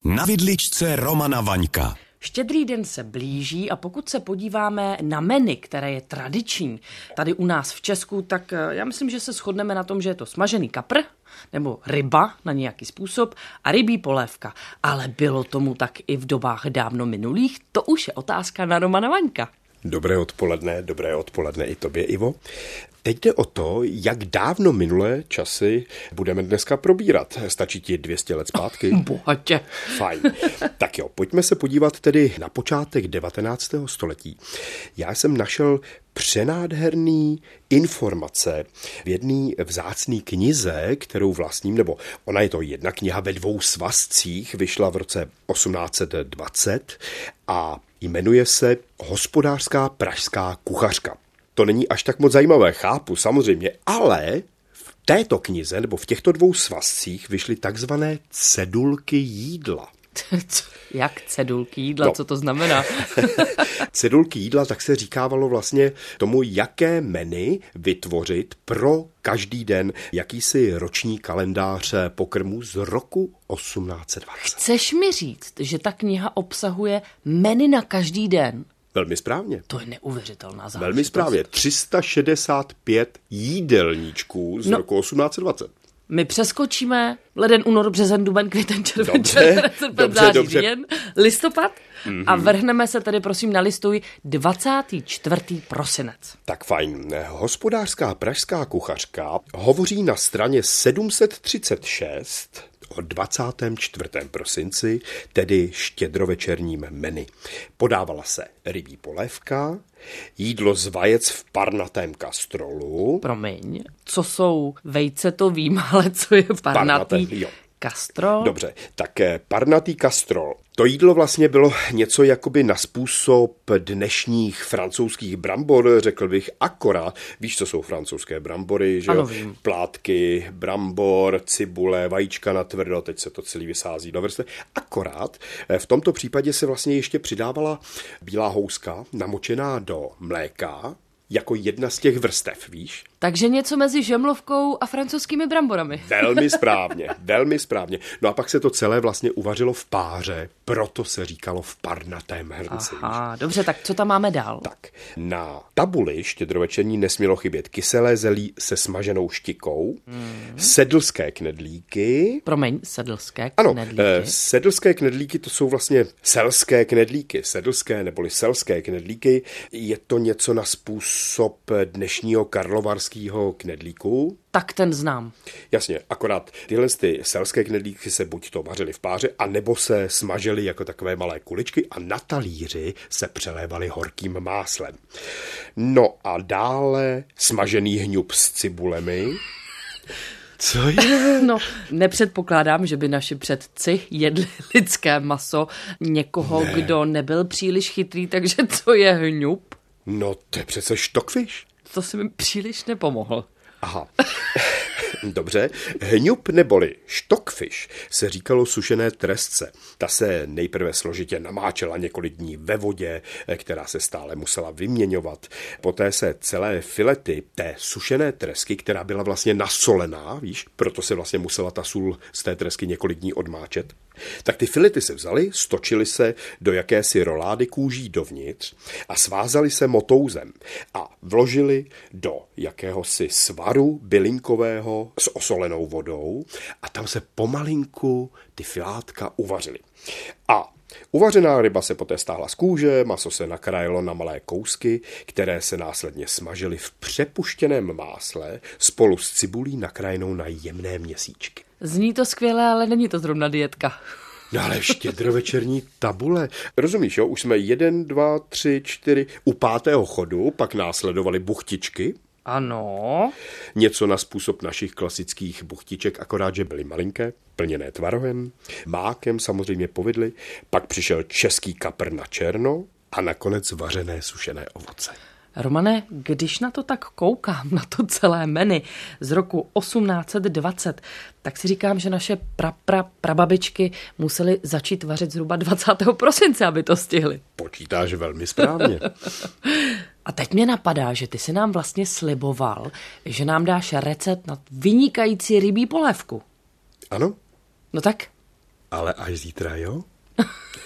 Na vidličce Romana Vaňka. Štědrý den se blíží a pokud se podíváme na menu, které je tradiční tady u nás v Česku, tak já myslím, že se shodneme na tom, že je to smažený kapr nebo ryba na nějaký způsob a rybí polévka. Ale bylo tomu tak i v dobách dávno minulých? To už je otázka na Romana Vaňka. Dobré odpoledne i tobě, Ivo. Teď jde o to, jak dávno minulé časy budeme dneska probírat. Stačí ti 200 let zpátky? Bohatě. Fajn. Tak jo, pojďme se podívat tedy na počátek 19. století. Já jsem našel přenádherný informace v jedné vzácné knize, kterou vlastním, nebo ona je to jedna kniha ve 2 svazcích, vyšla v roce 1820 a jmenuje se Hospodářská pražská kuchařka. To není až tak moc zajímavé, chápu, samozřejmě, ale v této knize, nebo v těchto 2 svazcích vyšly takzvané cedulky jídla. Jak cedulky jídla, no. Co to znamená? Cedulky jídla, tak se říkávalo vlastně tomu, jaké menu vytvořit pro každý den, jakýsi roční kalendář pokrmů z roku 1820. Chceš mi říct, že ta kniha obsahuje menu na každý den? Velmi správně. To je neuvěřitelná záležitost. Velmi správně. 365 jídelníčků z roku 1820. My přeskočíme leden, únor, březen, duben, květen, červen, červenec, srpen, září, říjen, listopad a vrhneme se tedy, prosím, na listuj 24. prosinec. Tak fajn. Hospodářská pražská kuchařka hovoří na straně 736 o 24. prosinci, tedy štědrovečerním menu. Podávala se rybí polévka, jídlo z vajec v parnatém kastrolu. Promiň, co jsou vejce, to vím, ale co je parnatý kastrol? Dobře, tak parnatý kastrol. To jídlo vlastně bylo něco jakoby na způsob dnešních francouzských brambor, řekl bych, akorát. Víš, co jsou francouzské brambory, že jo? Plátky, brambor, cibule, vajíčka na tvrdo, teď se to celý vysází do vrstev. Akorát v tomto případě se vlastně ještě přidávala bílá houska, namočená do mléka, jako jedna z těch vrstev, víš? Takže něco mezi žemlovkou a francouzskými bramborami. Velmi správně. No a pak se to celé vlastně uvařilo v páře, proto se říkalo v parnatém hrnci. Aha, dobře, tak co tam máme dál? Tak, na tabuli štědrovečerní nesmělo chybět kyselé zelí se smaženou štikou, sedlské knedlíky. Promiň, sedlské knedlíky. Ano, sedlské knedlíky, to jsou vlastně selské knedlíky. Sedlské neboli selské knedlíky, je to něco na způsob dnešního karlovarského knedlíku. Tak ten znám. Jasně, akorát tyhle selské knedlíky se buď to vařily v páře, anebo se smažily jako takové malé kuličky a na talíři se přelévaly horkým máslem. No a dále smažený hňub s cibulemi. Co je? No, nepředpokládám, že by naši předci jedli lidské maso někoho, kdo nebyl příliš chytrý, takže co je hňub? No, to je přece stockfish. To si mi příliš nepomohl. Aha. Dobře. Hňub neboli stockfish se říkalo sušené tresce. Ta se nejprve složitě namáčela několik dní ve vodě, která se stále musela vyměňovat. Poté se celé filety té sušené tresky, která byla vlastně nasolená, víš, proto se vlastně musela ta sůl z té tresky několik dní odmáčet. Tak ty filety se vzaly, stočily se do jakési rolády kůží dovnitř a svázaly se motouzem a vložili do jakéhosi svaru bylinkového s osolenou vodou a tam se pomalinku ty filátka uvařily. A uvařená ryba se poté stáhla z kůže, maso se nakrájelo na malé kousky, které se následně smažily v přepuštěném másle spolu s cibulí nakrájenou na jemné měsíčky. Zní to skvěle, ale není to zrovna dietka. No ale štědrovečerní tabule. Rozumíš, jo? Už jsme 1, 2, 3, 4 u 5. chodu, pak následovaly buchtičky. Ano. Něco na způsob našich klasických buchtiček, akorát, že byly malinké, plněné tvarohem, mákem samozřejmě povidly, pak přišel český kapr na černo a nakonec vařené sušené ovoce. Romane, když na to tak koukám, na to celé menu z roku 1820, tak si říkám, že naše prababičky museli začít vařit zhruba 20. prosince, aby to stihli. Počítáš velmi správně. A teď mě napadá, že ty si nám vlastně sliboval, že nám dáš recept na vynikající rybí polévku. Ano. No tak, Ale až zítra, jo?